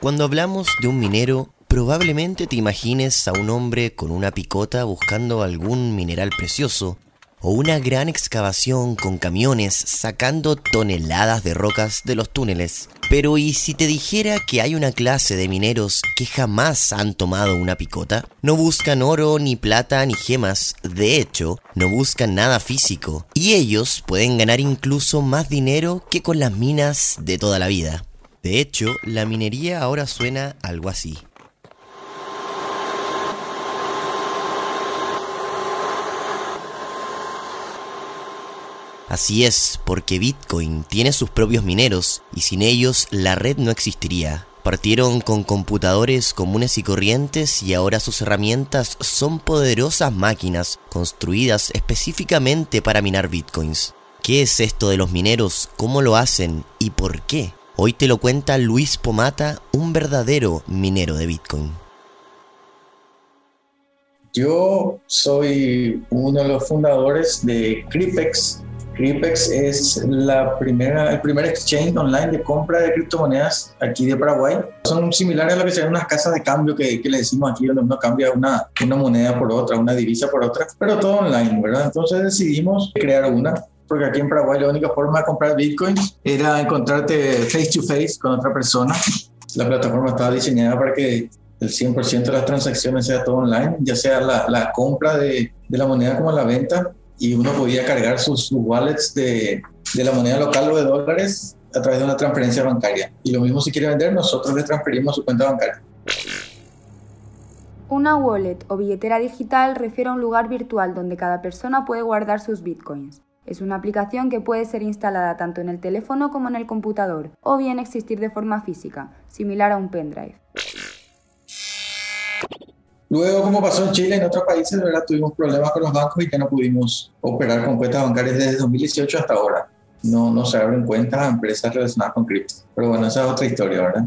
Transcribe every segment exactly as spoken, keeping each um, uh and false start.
Cuando hablamos de un minero, probablemente te imagines a un hombre con una picota buscando algún mineral precioso, o una gran excavación con camiones sacando toneladas de rocas de los túneles. Pero ¿y si te dijera que hay una clase de mineros que jamás han tomado una picota? No buscan oro, ni plata, ni gemas. De hecho, no buscan nada físico. Y ellos pueden ganar incluso más dinero que con las minas de toda la vida. De hecho, la minería ahora suena algo así. Así es, porque Bitcoin tiene sus propios mineros y sin ellos la red no existiría. Partieron con computadores comunes y corrientes y ahora sus herramientas son poderosas máquinas construidas específicamente para minar Bitcoins. ¿Qué es esto de los mineros? ¿Cómo lo hacen? ¿Y por qué? Hoy te lo cuenta Luis Pomata, un verdadero minero de Bitcoin. Yo soy uno de los fundadores de Crypex. Crypex es la primera, el primer exchange online de compra de criptomonedas aquí de Paraguay. Son similares a lo que serían unas casas de cambio que, que le decimos aquí, donde uno cambia una, una moneda por otra, una divisa por otra, pero todo online, ¿verdad? Entonces decidimos crear una, porque aquí en Paraguay la única forma de comprar bitcoins era encontrarte face to face con otra persona. La plataforma estaba diseñada para que el cien por ciento de las transacciones sea todo online, ya sea la, la compra de, de la moneda como la venta, y uno podía cargar sus, sus wallets de, de la moneda local o de dólares a través de una transferencia bancaria. Y lo mismo si quiere vender, nosotros le transferimos su cuenta bancaria. Una wallet o billetera digital refiere a un lugar virtual donde cada persona puede guardar sus bitcoins. Es una aplicación que puede ser instalada tanto en el teléfono como en el computador, o bien existir de forma física, similar a un pendrive. Luego, como pasó en Chile y en otros países, ¿verdad? Tuvimos problemas con los bancos y ya no pudimos operar con cuentas bancarias desde dos mil dieciocho hasta ahora. No, no se abren cuentas a empresas relacionadas con cripto. Pero bueno, esa es otra historia, ¿verdad?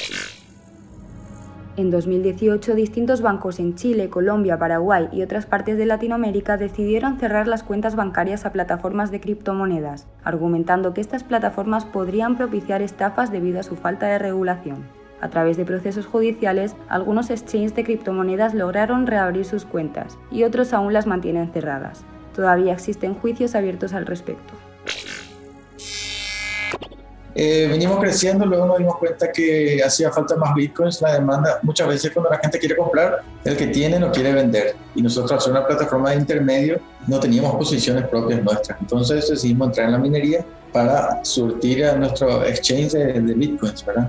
En dos mil dieciocho, distintos bancos en Chile, Colombia, Paraguay y otras partes de Latinoamérica decidieron cerrar las cuentas bancarias a plataformas de criptomonedas, argumentando que estas plataformas podrían propiciar estafas debido a su falta de regulación. A través de procesos judiciales, algunos exchanges de criptomonedas lograron reabrir sus cuentas y otros aún las mantienen cerradas. Todavía existen juicios abiertos al respecto. Eh, venimos creciendo, luego nos dimos cuenta que hacía falta más bitcoins. La demanda, muchas veces cuando la gente quiere comprar, el que tiene no quiere vender. Y nosotros, al ser una plataforma de intermedio, no teníamos posiciones propias nuestras. Entonces decidimos entrar en la minería para surtir a nuestro exchange de, de bitcoins, ¿verdad?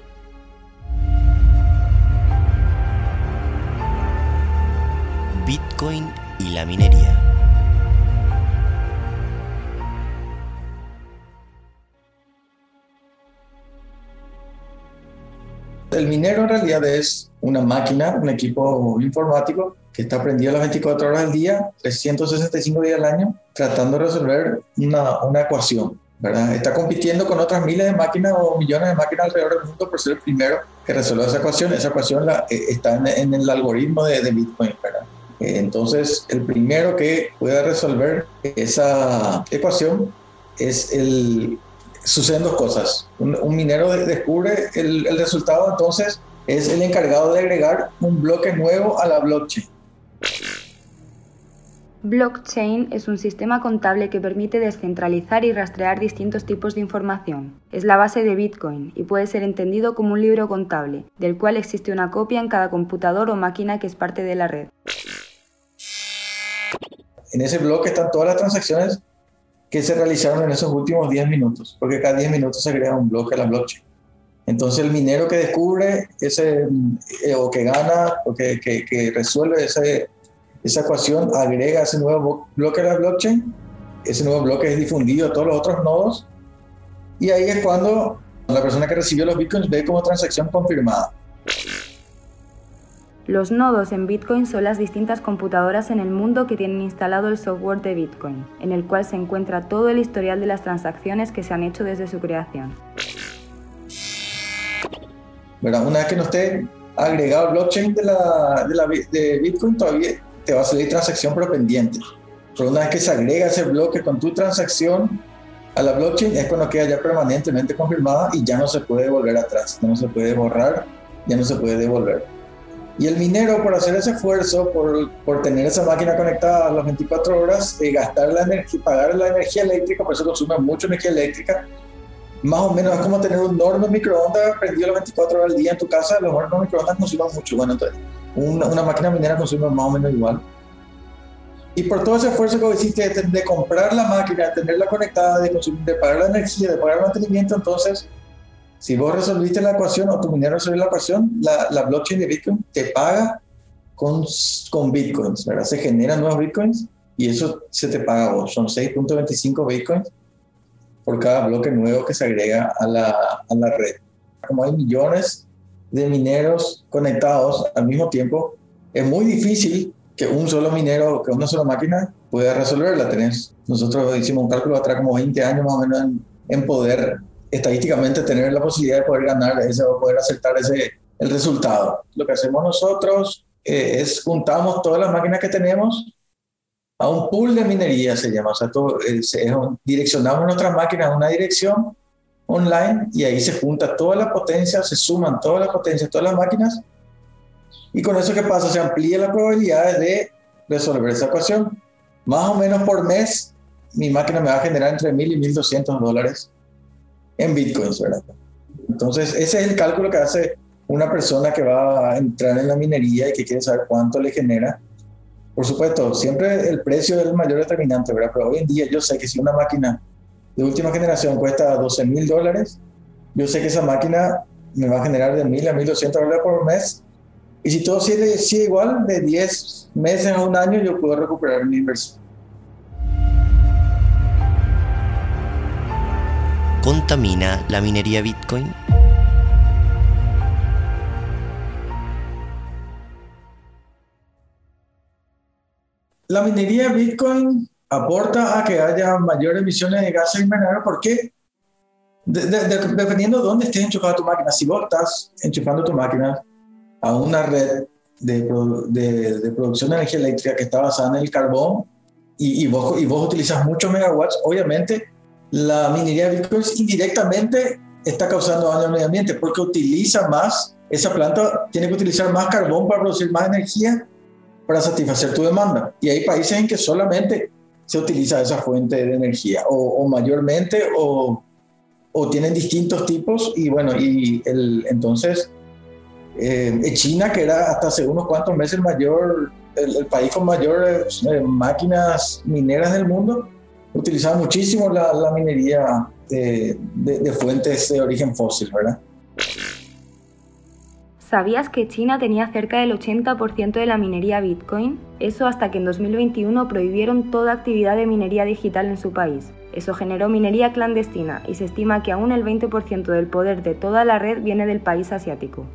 Bitcoin y la minería. El minero en realidad es una máquina, un equipo informático que está prendido las veinticuatro horas del día, trescientos sesenta y cinco días al año, tratando de resolver una, una ecuación, ¿verdad? Está compitiendo con otras miles de máquinas o millones de máquinas alrededor del mundo por ser el primero que resuelva esa ecuación. Esa ecuación la, eh, está en, en el algoritmo de, de Bitcoin, ¿verdad? Entonces, el primero que pueda resolver esa ecuación es el... Suceden dos cosas. Un, un minero descubre el, el resultado, entonces es el encargado de agregar un bloque nuevo a la blockchain. Blockchain es un sistema contable que permite descentralizar y rastrear distintos tipos de información. Es la base de Bitcoin y puede ser entendido como un libro contable, del cual existe una copia en cada computador o máquina que es parte de la red. En ese bloque están todas las transacciones que se realizaron en esos últimos diez minutos, porque cada diez minutos se agrega un bloque a la blockchain. Entonces el minero que descubre ese, eh, o que gana, o que, que, que resuelve ese, esa ecuación, agrega ese nuevo bloque a la blockchain. Ese nuevo bloque es difundido a todos los otros nodos, y ahí es cuando la persona que recibió los bitcoins ve como transacción confirmada. Los nodos en Bitcoin son las distintas computadoras en el mundo que tienen instalado el software de Bitcoin, en el cual se encuentra todo el historial de las transacciones que se han hecho desde su creación. ¿Verdad? Una vez que no esté agregado el blockchain de, la, de, la, de Bitcoin, todavía te va a salir transacción pero pendiente. Pero una vez que se agrega ese bloque con tu transacción a la blockchain, es cuando queda ya permanentemente confirmada y ya no se puede volver atrás, no se puede borrar ya no se puede devolver. Y el minero, por hacer ese esfuerzo, por, por tener esa máquina conectada a las veinticuatro horas, eh, gastar la energía, pagar la energía eléctrica, por eso consume mucha energía eléctrica. Más o menos es como tener un horno microondas prendido las veinticuatro horas al día en tu casa. Los hornos microondas consumen mucho. Bueno, entonces una, una máquina minera consume más o menos igual. Y por todo ese esfuerzo que hiciste de, de comprar la máquina, de tenerla conectada, de, consumir, de pagar la energía, de pagar el mantenimiento, entonces, si vos resolviste la ecuación o tu minero resolvió la ecuación, la, la blockchain de Bitcoin te paga con, con Bitcoins, ¿verdad? Se generan nuevos Bitcoins y eso se te paga a vos. Son seis punto veinticinco Bitcoins por cada bloque nuevo que se agrega a la, a la red. Como hay millones de mineros conectados al mismo tiempo, es muy difícil que un solo minero, que una sola máquina pueda resolverla. Tenés, nosotros hicimos un cálculo atrás como veinte años más o menos en, en poder estadísticamente tener la posibilidad de poder ganar ese, o poder acertar ese, el resultado. Lo que hacemos nosotros eh, es juntamos todas las máquinas que tenemos a un pool de minería, se llama. O sea, todo, es, es un, direccionamos nuestras máquinas a una dirección online y ahí se junta toda la potencia, se suman todas las potencias, todas las máquinas, y con eso, ¿qué pasa? Se amplía la probabilidad de resolver esa ecuación. Más o menos por mes, mi máquina me va a generar entre mil y mil doscientos dólares en bitcoins, ¿verdad? Entonces, ese es el cálculo que hace una persona que va a entrar en la minería y que quiere saber cuánto le genera. Por supuesto, siempre el precio es el mayor determinante, ¿verdad? Pero hoy en día yo sé que si una máquina de última generación cuesta doce mil dólares, yo sé que esa máquina me va a generar de mil a mil doscientos dólares por mes. Y si todo sigue, sigue igual, de diez meses a un año, yo puedo recuperar mi inversión. ¿Contamina la minería Bitcoin? La minería Bitcoin aporta a que haya mayores emisiones de gases invernadero. ¿Por qué? De, de, de, dependiendo de dónde estés enchufando tu máquina. Si vos estás enchufando tu máquina a una red de, de, de producción de energía eléctrica que está basada en el carbón y, y, vos, y vos utilizas muchos megawatts, obviamente la minería de Bitcoin indirectamente está causando daño al medio ambiente porque utiliza más, esa planta tiene que utilizar más carbón para producir más energía para satisfacer tu demanda. Y hay países en que solamente se utiliza esa fuente de energía o, o mayormente o, o tienen distintos tipos y bueno, y el, entonces Eh, China, que era hasta hace unos cuantos meses el mayor, el, el país con mayores eh, máquinas mineras del mundo, utilizaba muchísimo la, la minería de, de, de fuentes de origen fósil, ¿verdad? ¿Sabías que China tenía cerca del ochenta por ciento de la minería Bitcoin? Eso hasta que en dos mil veintiuno prohibieron toda actividad de minería digital en su país. Eso generó minería clandestina y se estima que aún el veinte por ciento del poder de toda la red viene del país asiático.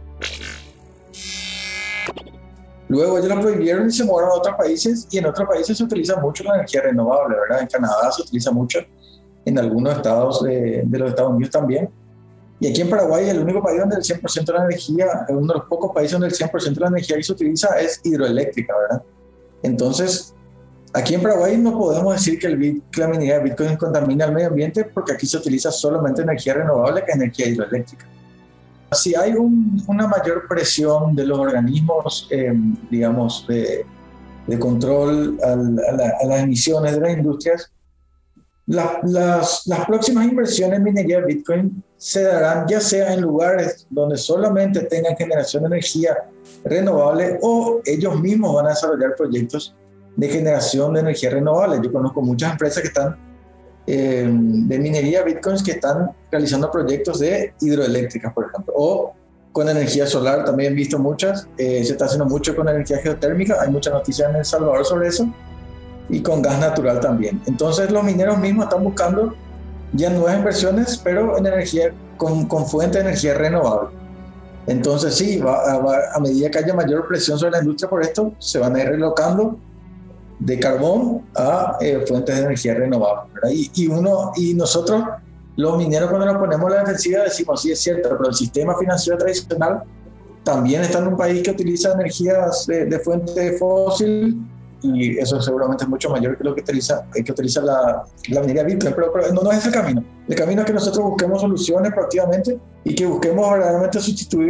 Luego ellos lo prohibieron y se mudaron a otros países, y en otros países se utiliza mucho la energía renovable, ¿verdad? En Canadá se utiliza mucho, en algunos estados de, de los Estados Unidos también. Y aquí en Paraguay el único país donde el cien por ciento de la energía, uno de los pocos países donde el cien por ciento de la energía que se utiliza es hidroeléctrica, ¿verdad? Entonces, aquí en Paraguay no podemos decir que, el, que la minería de Bitcoin contamina el medio ambiente porque aquí se utiliza solamente energía renovable, que es energía hidroeléctrica. Si hay un, una mayor presión de los organismos, eh, digamos, de, de control al, a, la, a las emisiones de las industrias, la, las, las próximas inversiones en minería de Bitcoin se darán ya sea en lugares donde solamente tengan generación de energía renovable o ellos mismos van a desarrollar proyectos de generación de energía renovable. Yo conozco muchas empresas que están Eh, de minería Bitcoins que están realizando proyectos de hidroeléctricas, por ejemplo, o con energía solar. También he visto muchas, eh, se está haciendo mucho con energía geotérmica, hay muchas noticias en El Salvador sobre eso, y con gas natural también. Entonces los mineros mismos están buscando ya nuevas inversiones, pero en energía con, con fuente de energía renovable. Entonces sí, va, va, a medida que haya mayor presión sobre la industria por esto, se van a ir relocando de carbón a eh, fuentes de energía renovable, ¿verdad? Y, y, uno, y nosotros, los mineros, cuando nos ponemos a la defensiva, decimos, sí, es cierto, pero el sistema financiero tradicional también está en un país que utiliza energías de, de fuente fósil, y eso seguramente es mucho mayor que lo que utiliza, que utiliza la, la minería Bitcoin, pero, pero no, no es el camino. El camino es que nosotros busquemos soluciones proactivamente y que busquemos verdaderamente sustituir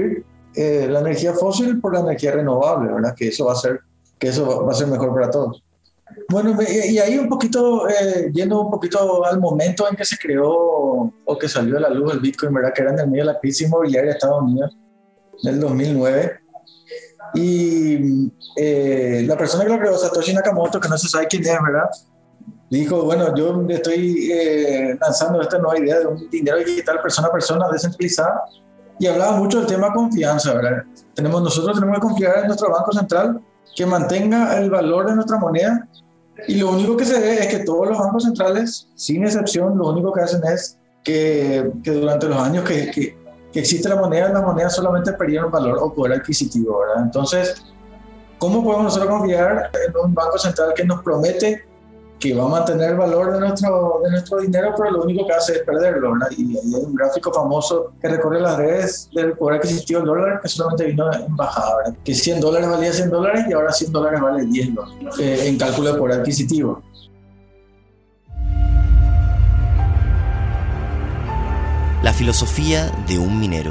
eh, la energía fósil por la energía renovable, ¿verdad? Que eso va a ser, que eso va, va a ser mejor para todos. Bueno, y ahí un poquito, eh, yendo un poquito al momento en que se creó o que salió a la luz el Bitcoin, ¿verdad? Que era en el medio de la crisis inmobiliaria de Estados Unidos, en el dos mil nueve. Y eh, la persona que lo creó, Satoshi Nakamoto, que no se sabe quién es, ¿verdad? Dijo, bueno, yo estoy eh, lanzando esta nueva idea de un dinero digital persona a persona descentralizada, y hablaba mucho del tema confianza, ¿verdad? Tenemos, nosotros tenemos que confiar en nuestro banco central que mantenga el valor de nuestra moneda, y lo único que se ve es que todos los bancos centrales, sin excepción, lo único que hacen es que, que durante los años que, que, que existe la moneda, las monedas solamente perdieron valor o poder adquisitivo, ¿verdad? Entonces, ¿cómo podemos nosotros confiar en un banco central que nos promete que va a mantener el valor de nuestro, de nuestro dinero, pero lo único que hace es perderlo, ¿verdad? Y, y hay un gráfico famoso que recorre las redes del poder adquisitivo del dólar, que solamente vino en bajada, ¿verdad? Que cien dólares valía cien dólares y ahora cien dólares vale diez dólares eh, en cálculo de poder adquisitivo. La filosofía de un minero.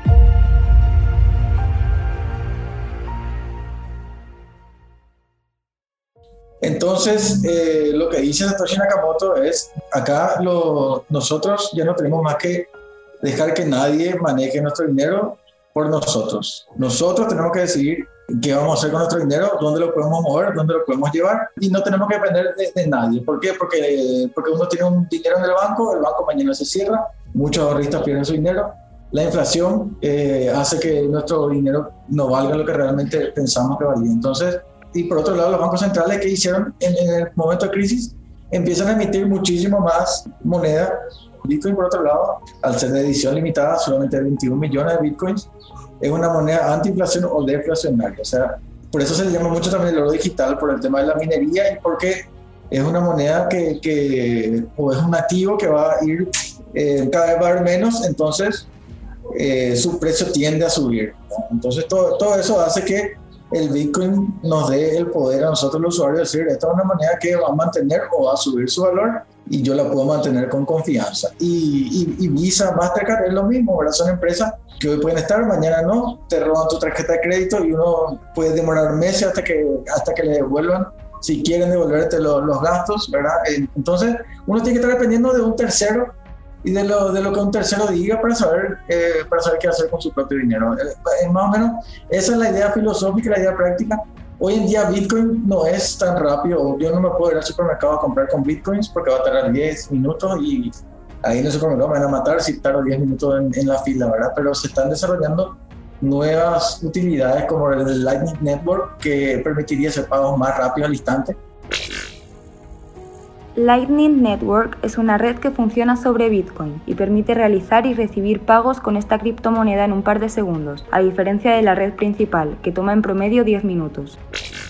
Entonces, eh, lo que dice Satoshi Nakamoto es, acá lo, nosotros ya no tenemos más que dejar que nadie maneje nuestro dinero por nosotros. Nosotros tenemos que decidir qué vamos a hacer con nuestro dinero, dónde lo podemos mover, dónde lo podemos llevar, y no tenemos que depender de, de nadie. ¿Por qué? Porque, porque uno tiene un dinero en el banco, el banco mañana se cierra, muchos ahorristas pierden su dinero, la inflación eh, hace que nuestro dinero no valga lo que realmente pensamos que valía. Entonces, y por otro lado, los bancos centrales, que hicieron en, en el momento de crisis, empiezan a emitir muchísimo más moneda. Bitcoin, por otro lado, al ser de edición limitada, solamente veintiún millones de Bitcoins, es una moneda antiinflación o deflacionaria. O sea, por eso se le llama mucho también el oro digital, por el tema de la minería y porque es una moneda que, que o es un activo que va a ir, eh, cada vez va a haber menos, entonces eh, su precio tiende a subir, ¿no? Entonces todo, todo eso hace que el Bitcoin nos dé el poder a nosotros los usuarios de decir, esta es una moneda que va a mantener o va a subir su valor y yo la puedo mantener con confianza. Y, y, y Visa, Mastercard es lo mismo, ¿verdad? Son empresas que hoy pueden estar, mañana no, te roban tu tarjeta de crédito y uno puede demorar meses hasta que, hasta que le devuelvan, si quieren devolverte los, los gastos, ¿verdad? Entonces uno tiene que estar dependiendo de un tercero y de lo, de lo que un tercero diga para saber, eh, para saber qué hacer con su propio dinero. Eh, más o menos esa es la idea filosófica y la idea práctica. Hoy en día Bitcoin no es tan rápido. Yo no me puedo ir al supermercado a comprar con Bitcoins porque va a tardar diez minutos y ahí en el supermercado me van a matar si tardo diez minutos en, en la fila, ¿verdad? Pero se están desarrollando nuevas utilidades como el Lightning Network, que permitiría hacer pagos más rápidos al instante. Lightning Network es una red que funciona sobre Bitcoin y permite realizar y recibir pagos con esta criptomoneda en un par de segundos, a diferencia de la red principal, que toma en promedio diez minutos.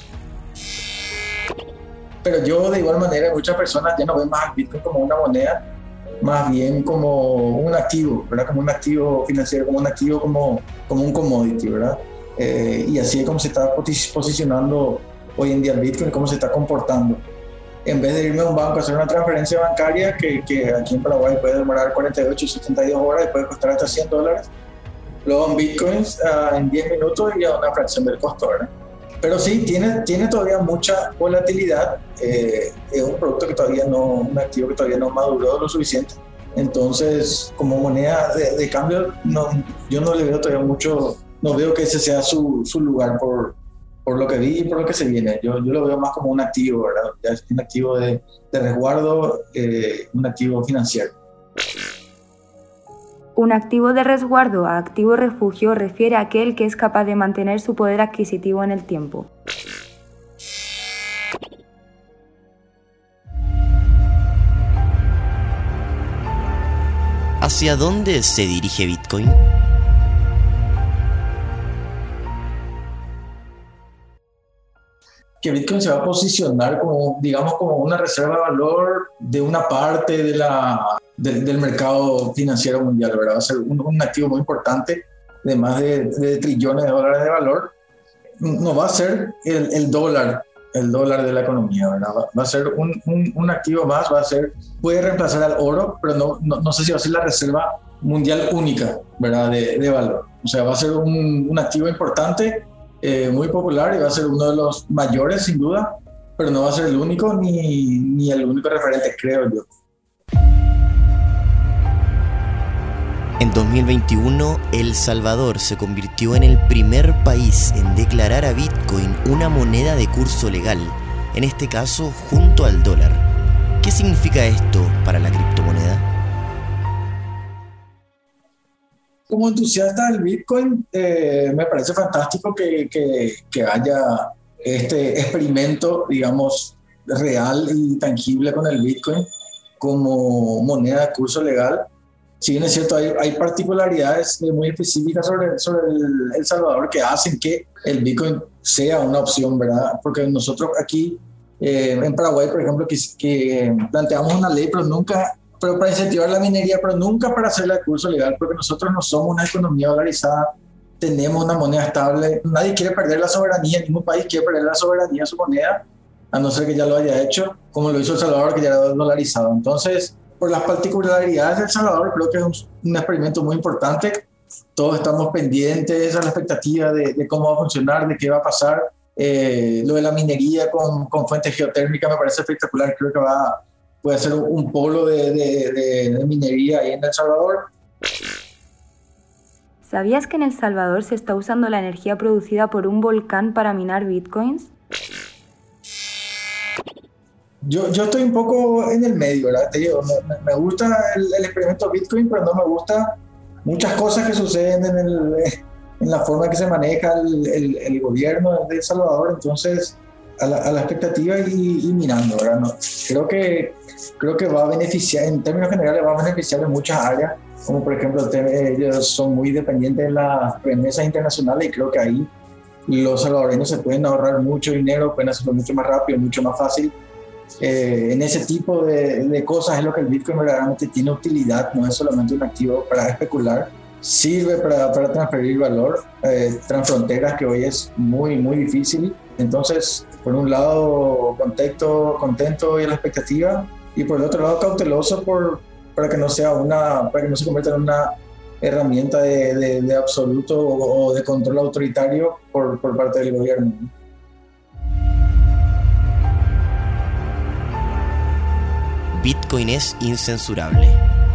Pero yo, de igual manera, muchas personas ya no ven más Bitcoin como una moneda, más bien como un activo, ¿verdad? Como un activo financiero, como un activo, como, como un commodity, ¿verdad? Eh, y así es como se está posicionando hoy en día el Bitcoin, cómo se está comportando. En vez de irme a un banco a hacer una transferencia bancaria que, que aquí en Paraguay puede demorar cuarenta y ocho y setenta y dos horas y puede costar hasta cien dólares, luego en Bitcoins uh, en diez minutos y a una fracción del costo, ¿verdad? Pero sí, tiene, tiene todavía mucha volatilidad, eh, es un producto que todavía no, un activo que todavía no maduró lo suficiente, entonces como moneda de, de cambio no, yo no le veo todavía mucho, no veo que ese sea su, su lugar por por lo que vi y por lo que se viene. Yo, yo lo veo más como un activo, ¿verdad? Ya es un activo de, de resguardo, eh, un activo financiero. Un activo de resguardo a activo refugio refiere a aquel que es capaz de mantener su poder adquisitivo en el tiempo. ¿Hacia dónde se dirige Bitcoin? Que Bitcoin se va a posicionar como, digamos, como una reserva de valor de una parte de la, de, del mercado financiero mundial, ¿verdad? Va a ser un, un activo muy importante de más de, de trillones de dólares de valor. No va a ser el, el dólar, el dólar de la economía, ¿verdad? Va, va a ser un, un, un activo más, va a ser, puede reemplazar al oro, pero no, no, no sé si va a ser la reserva mundial única, ¿verdad? De, de valor. O sea, va a ser un, un activo importante, eh, muy popular y va a ser uno de los mayores sin duda, pero no va a ser el único ni, ni el único referente, creo yo. En dos mil veintiuno, El Salvador se convirtió en el primer país en declarar a Bitcoin una moneda de curso legal, en este caso junto al dólar. ¿Qué significa esto para la criptomoneda? Como entusiasta del Bitcoin, eh, me parece fantástico que, que, que haya este experimento, digamos, real y tangible con el Bitcoin como moneda de curso legal. Si bien es cierto, hay, hay particularidades muy específicas sobre, sobre el, el Salvador que hacen que el Bitcoin sea una opción, ¿verdad? Porque nosotros aquí, eh, en Paraguay, por ejemplo, que, que planteamos una ley, pero nunca, pero para incentivar la minería, pero nunca para hacerla de curso legal, porque nosotros no somos una economía dolarizada, tenemos una moneda estable, nadie quiere perder la soberanía, ningún país quiere perder la soberanía de su moneda, a no ser que ya lo haya hecho, como lo hizo El Salvador, que ya era dolarizado. Entonces, por las particularidades de El Salvador, creo que es un, un experimento muy importante. Todos estamos pendientes a la expectativa de, de cómo va a funcionar, de qué va a pasar. Eh, lo de la minería con, con fuentes geotérmicas me parece espectacular. Creo que va, puede ser un, un polo de, de, de, de minería ahí en El Salvador. ¿Sabías que en El Salvador se está usando la energía producida por un volcán para minar bitcoins? Yo, yo estoy un poco en el medio, ¿verdad? Te digo, me, me gusta el, el experimento Bitcoin, pero no me gusta muchas cosas que suceden en, el, en la forma que se maneja el, el, el gobierno de El Salvador. Entonces, a la, a la expectativa y, y mirando, ¿verdad? No, creo, que, creo que va a beneficiar, en términos generales, va a beneficiar en muchas áreas, como por ejemplo, ellos son muy dependientes de las remesas internacionales y creo que ahí los salvadoreños se pueden ahorrar mucho dinero, pueden hacerlo mucho más rápido, mucho más fácil. Eh, en ese tipo de, de cosas es lo que el Bitcoin verdaderamente tiene utilidad, no es solamente un activo para especular, sirve para, para transferir valor eh, transfronteras, que hoy es muy muy difícil. Entonces, por un lado contento, contento y a la expectativa, y por el otro lado cauteloso por, para que no sea una, para que no se convierta en una herramienta de, de, de absoluto o, o de control autoritario por, por parte del gobierno. Bitcoin es incensurable.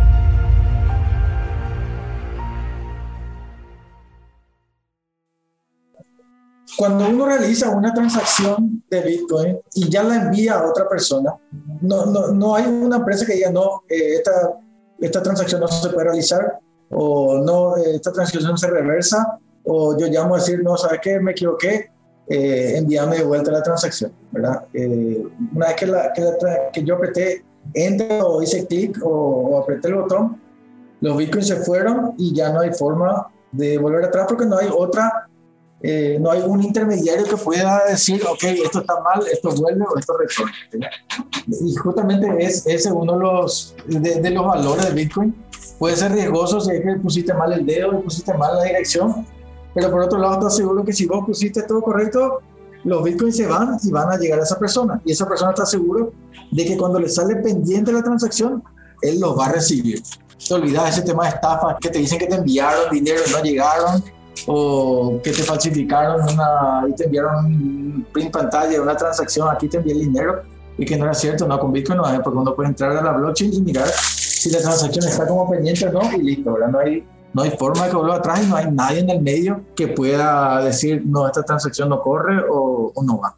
Cuando uno realiza una transacción de Bitcoin y ya la envía a otra persona, no, no, no hay una empresa que diga, no, eh, esta, esta transacción no se puede realizar, o no, eh, esta transacción se reversa, o yo llamo a decir, no, ¿sabes qué? Me equivoqué, eh, envíame de vuelta la transacción, ¿verdad? Eh, una vez que, la, que, la, que yo apreté Enter o hice clic o, o apreté el botón, los bitcoins se fueron y ya no hay forma de volver atrás porque no hay otra, eh, no hay un intermediario que pueda decir, ok, esto está mal, esto vuelve o esto retorna, ¿verdad? Y justamente es ese uno de los, de, de los valores de Bitcoin. Puede ser riesgoso si es que pusiste mal el dedo, pusiste mal la dirección, pero por otro lado estás seguro que si vos pusiste todo correcto, los bitcoins se van y van a llegar a esa persona, y esa persona está seguro de que cuando le sale pendiente la transacción, él los va a recibir. Te olvidas ese tema de estafa, que te dicen que te enviaron dinero y no llegaron, o que te falsificaron una, y te enviaron un print pantalla de una transacción, aquí te envié el dinero, y que no era cierto. No, con Bitcoin no es, porque uno puede entrar a la blockchain y mirar si la transacción está como pendiente o no, y listo, ¿verdad? No hay, no hay forma de que vuelva atrás y no hay nadie en el medio que pueda decir, no, esta transacción no corre o, o no va.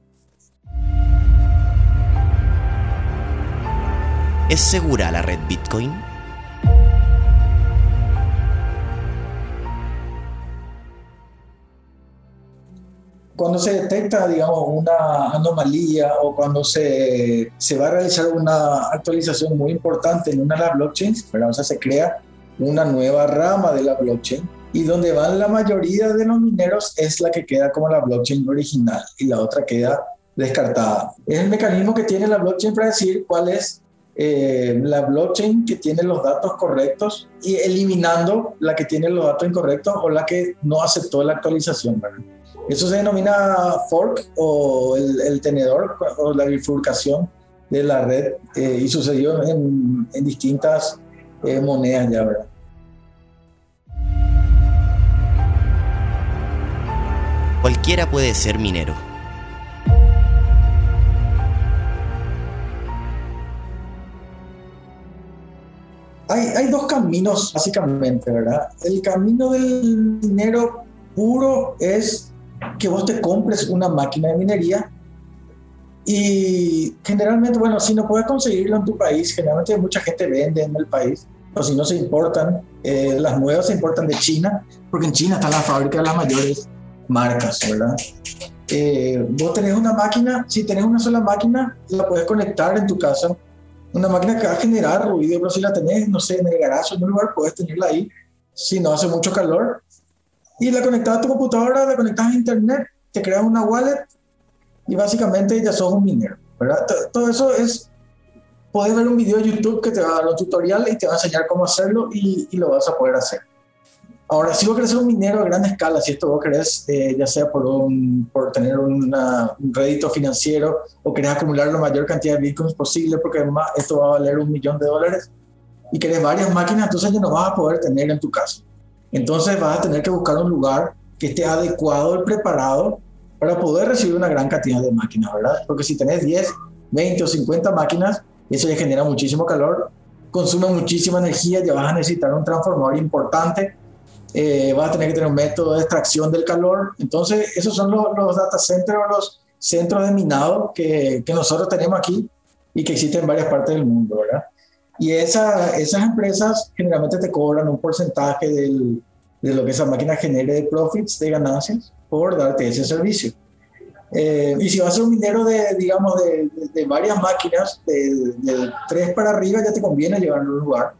¿Es segura la red Bitcoin? Cuando se detecta, digamos, una anomalía o cuando se, se va a realizar una actualización muy importante en una de las blockchains, ¿verdad? O sea, se crea una nueva rama de la blockchain y donde van la mayoría de los mineros es la que queda como la blockchain original y la otra queda descartada. Es el mecanismo que tiene la blockchain para decir cuál es eh, la blockchain que tiene los datos correctos y eliminando la que tiene los datos incorrectos o la que no aceptó la actualización, ¿verdad? Eso se denomina fork o el, el tenedor o la bifurcación de la red eh, y sucedió en, en distintas eh, monedas ya, ¿verdad? Cualquiera puede ser minero. Hay, hay dos caminos, básicamente, ¿verdad? El camino del minero puro es que vos te compres una máquina de minería y generalmente, bueno, si no puedes conseguirlo en tu país, generalmente mucha gente vende en el país, o si no se importan, eh, las nuevas se importan de China, porque en China está la fábrica de las mayores marcas, ¿verdad? Eh, vos tenés una máquina, si tenés una sola máquina, la puedes conectar en tu casa. Una máquina que va a generar ruido, pero si la tenés, no sé, en el garaje, en un lugar, puedes tenerla ahí, si no hace mucho calor. Y la conectas a tu computadora, la conectas a internet, te creas una wallet y básicamente ya sos un minero, ¿verdad? Todo eso es, puedes ver un video de YouTube que te va a dar un tutorial y te va a enseñar cómo hacerlo y, y lo vas a poder hacer. Ahora, si vos querés ser un minero a gran escala, si esto vos querés, eh, ya sea por, un, por tener una, un rédito financiero o querés acumular la mayor cantidad de bitcoins posible, porque además esto va a valer un millón de dólares, y querés varias máquinas, entonces ya no vas a poder tener en tu casa. Entonces vas a tener que buscar un lugar que esté adecuado y preparado para poder recibir una gran cantidad de máquinas, ¿verdad? Porque si tenés diez, veinte o cincuenta máquinas, eso ya genera muchísimo calor, consume muchísima energía, ya vas a necesitar un transformador importante. Eh, vas a tener que tener un método de extracción del calor. Entonces esos son los, los data centers o los centros de minado que, que nosotros tenemos aquí y que existen en varias partes del mundo, ¿verdad? Y esa, esas empresas generalmente te cobran un porcentaje del, de lo que esa máquina genere de profits, de ganancias, por darte ese servicio. Eh, y si vas a ser un minero de, digamos, de, de, de varias máquinas, de, de tres para arriba, ya te conviene llevarlo a un lugar.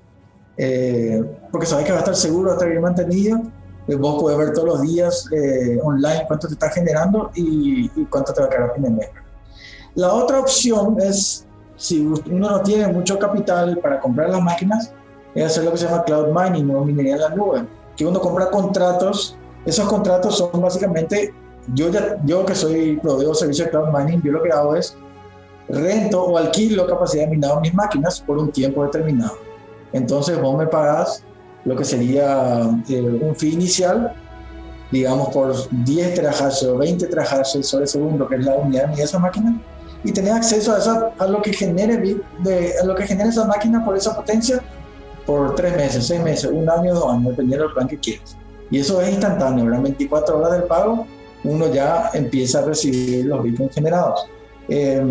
Eh, porque sabes que va a estar seguro, va a estar bien mantenido. Eh, vos podés ver todos los días eh, online cuánto te está generando y, y cuánto te va a quedar a fin de mes. La otra opción es, si uno no tiene mucho capital para comprar las máquinas, es hacer lo que se llama cloud mining o minería en la nube, que uno compra contratos. Esos contratos son básicamente, yo, ya, yo que soy proveedor de servicio de cloud mining, yo lo que hago es rento o alquilo capacidad de minado en mis máquinas por un tiempo determinado. Entonces vos me pagás lo que sería eh, un fee inicial, digamos por diez terahashes o veinte terahashes sobre segundo, que es la unidad de esa máquina, y tenés acceso a, esa, a, lo que genere de, a lo que genere esa máquina por esa potencia por tres meses, seis meses, un año, dos años, dependiendo del plan que quieras. Y eso es instantáneo, ¿verdad? veinticuatro horas del pago, uno ya empieza a recibir los bitcoins generados. Eh,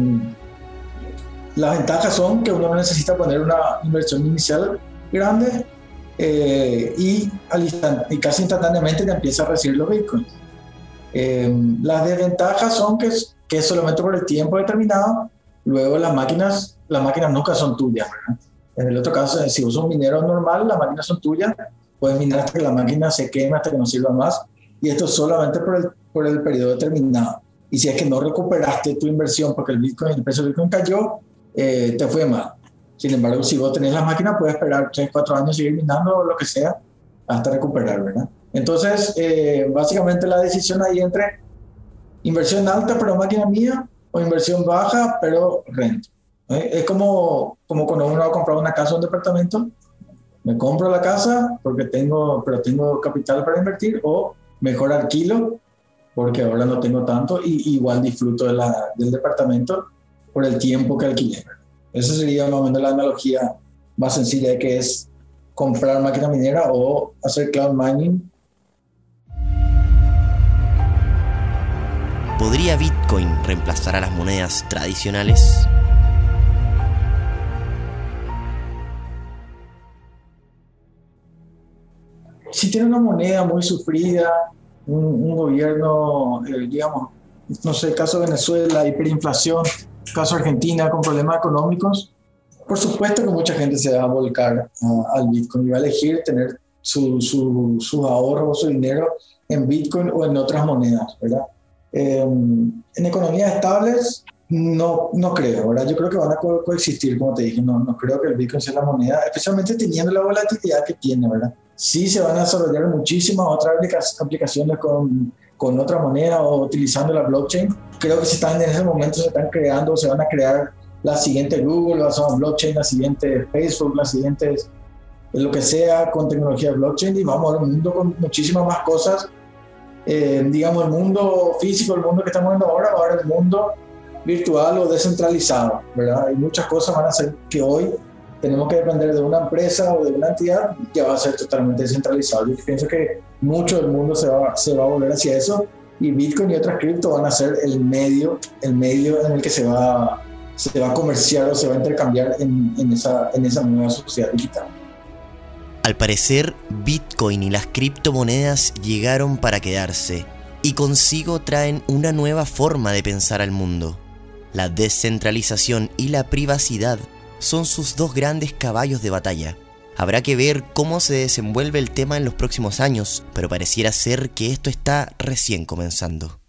Las ventajas son que uno no necesita poner una inversión inicial grande eh, y, al instant- y casi instantáneamente ya empieza a recibir los bitcoins. Eh, las desventajas son que es, que es solamente por el tiempo determinado. Luego las máquinas, las máquinas nunca son tuyas, ¿verdad? En el otro caso, si usas un minero normal, las máquinas son tuyas, puedes minar hasta que la máquina se queme, hasta que no sirva más, y esto solamente por el, por el periodo determinado. Y si es que no recuperaste tu inversión porque el, Bitcoin, el precio del Bitcoin cayó, Eh, te fue mal. Sin embargo, si vos tenés la máquina, puedes esperar tres, cuatro años, seguir minando o lo que sea, hasta recuperar, ¿verdad? Entonces, eh, básicamente la decisión ahí entre inversión alta, pero máquina mía, o inversión baja, pero rento. ¿Eh? Es como, como cuando uno va a comprar una casa o un departamento. Me compro la casa, porque tengo, pero tengo capital para invertir, o mejor alquilo, porque ahora no tengo tanto, y igual disfruto de la, del departamento por el tiempo que alquilé. Esa sería más o menos la analogía más sencilla de que es comprar máquina minera o hacer cloud mining. ¿Podría Bitcoin reemplazar a las monedas tradicionales? Si tiene una moneda muy sufrida, un, un gobierno, eh, digamos, no sé, caso Venezuela, hiperinflación, caso Argentina con problemas económicos, por supuesto que mucha gente se va a volcar uh, al Bitcoin y va a elegir tener su, su, sus ahorros o su dinero en Bitcoin o en otras monedas, ¿verdad? Eh, en economías estables no, no creo, ¿verdad? Yo creo que van a co- coexistir, como te dije, no, no creo que el Bitcoin sea la moneda, especialmente teniendo la volatilidad que tiene, ¿verdad? Sí se van a desarrollar muchísimas otras aplica- aplicaciones con, con otra moneda o utilizando la blockchain. Creo que se están, en ese momento se están creando, se van a crear la siguiente Google basada en blockchain, la siguiente Facebook, las siguientes, lo que sea con tecnología de blockchain, y vamos a ver un mundo con muchísimas más cosas eh, digamos, el mundo físico, el mundo que estamos viendo ahora, va a haber el mundo virtual o descentralizado, ¿verdad? Hay muchas cosas van a ser que hoy tenemos que depender de una empresa o de una entidad, que va a ser totalmente descentralizado. Yo pienso que mucho del mundo se va, se va a volver hacia eso, y Bitcoin y otras cripto van a ser el medio, el medio en el que se va, se va a comerciar o se va a intercambiar en, en, esa, en esa nueva sociedad digital. Al parecer, Bitcoin y las criptomonedas llegaron para quedarse, y consigo traen una nueva forma de pensar al mundo. La descentralización y la privacidad son sus dos grandes caballos de batalla. Habrá que ver cómo se desenvuelve el tema en los próximos años, pero pareciera ser que esto está recién comenzando.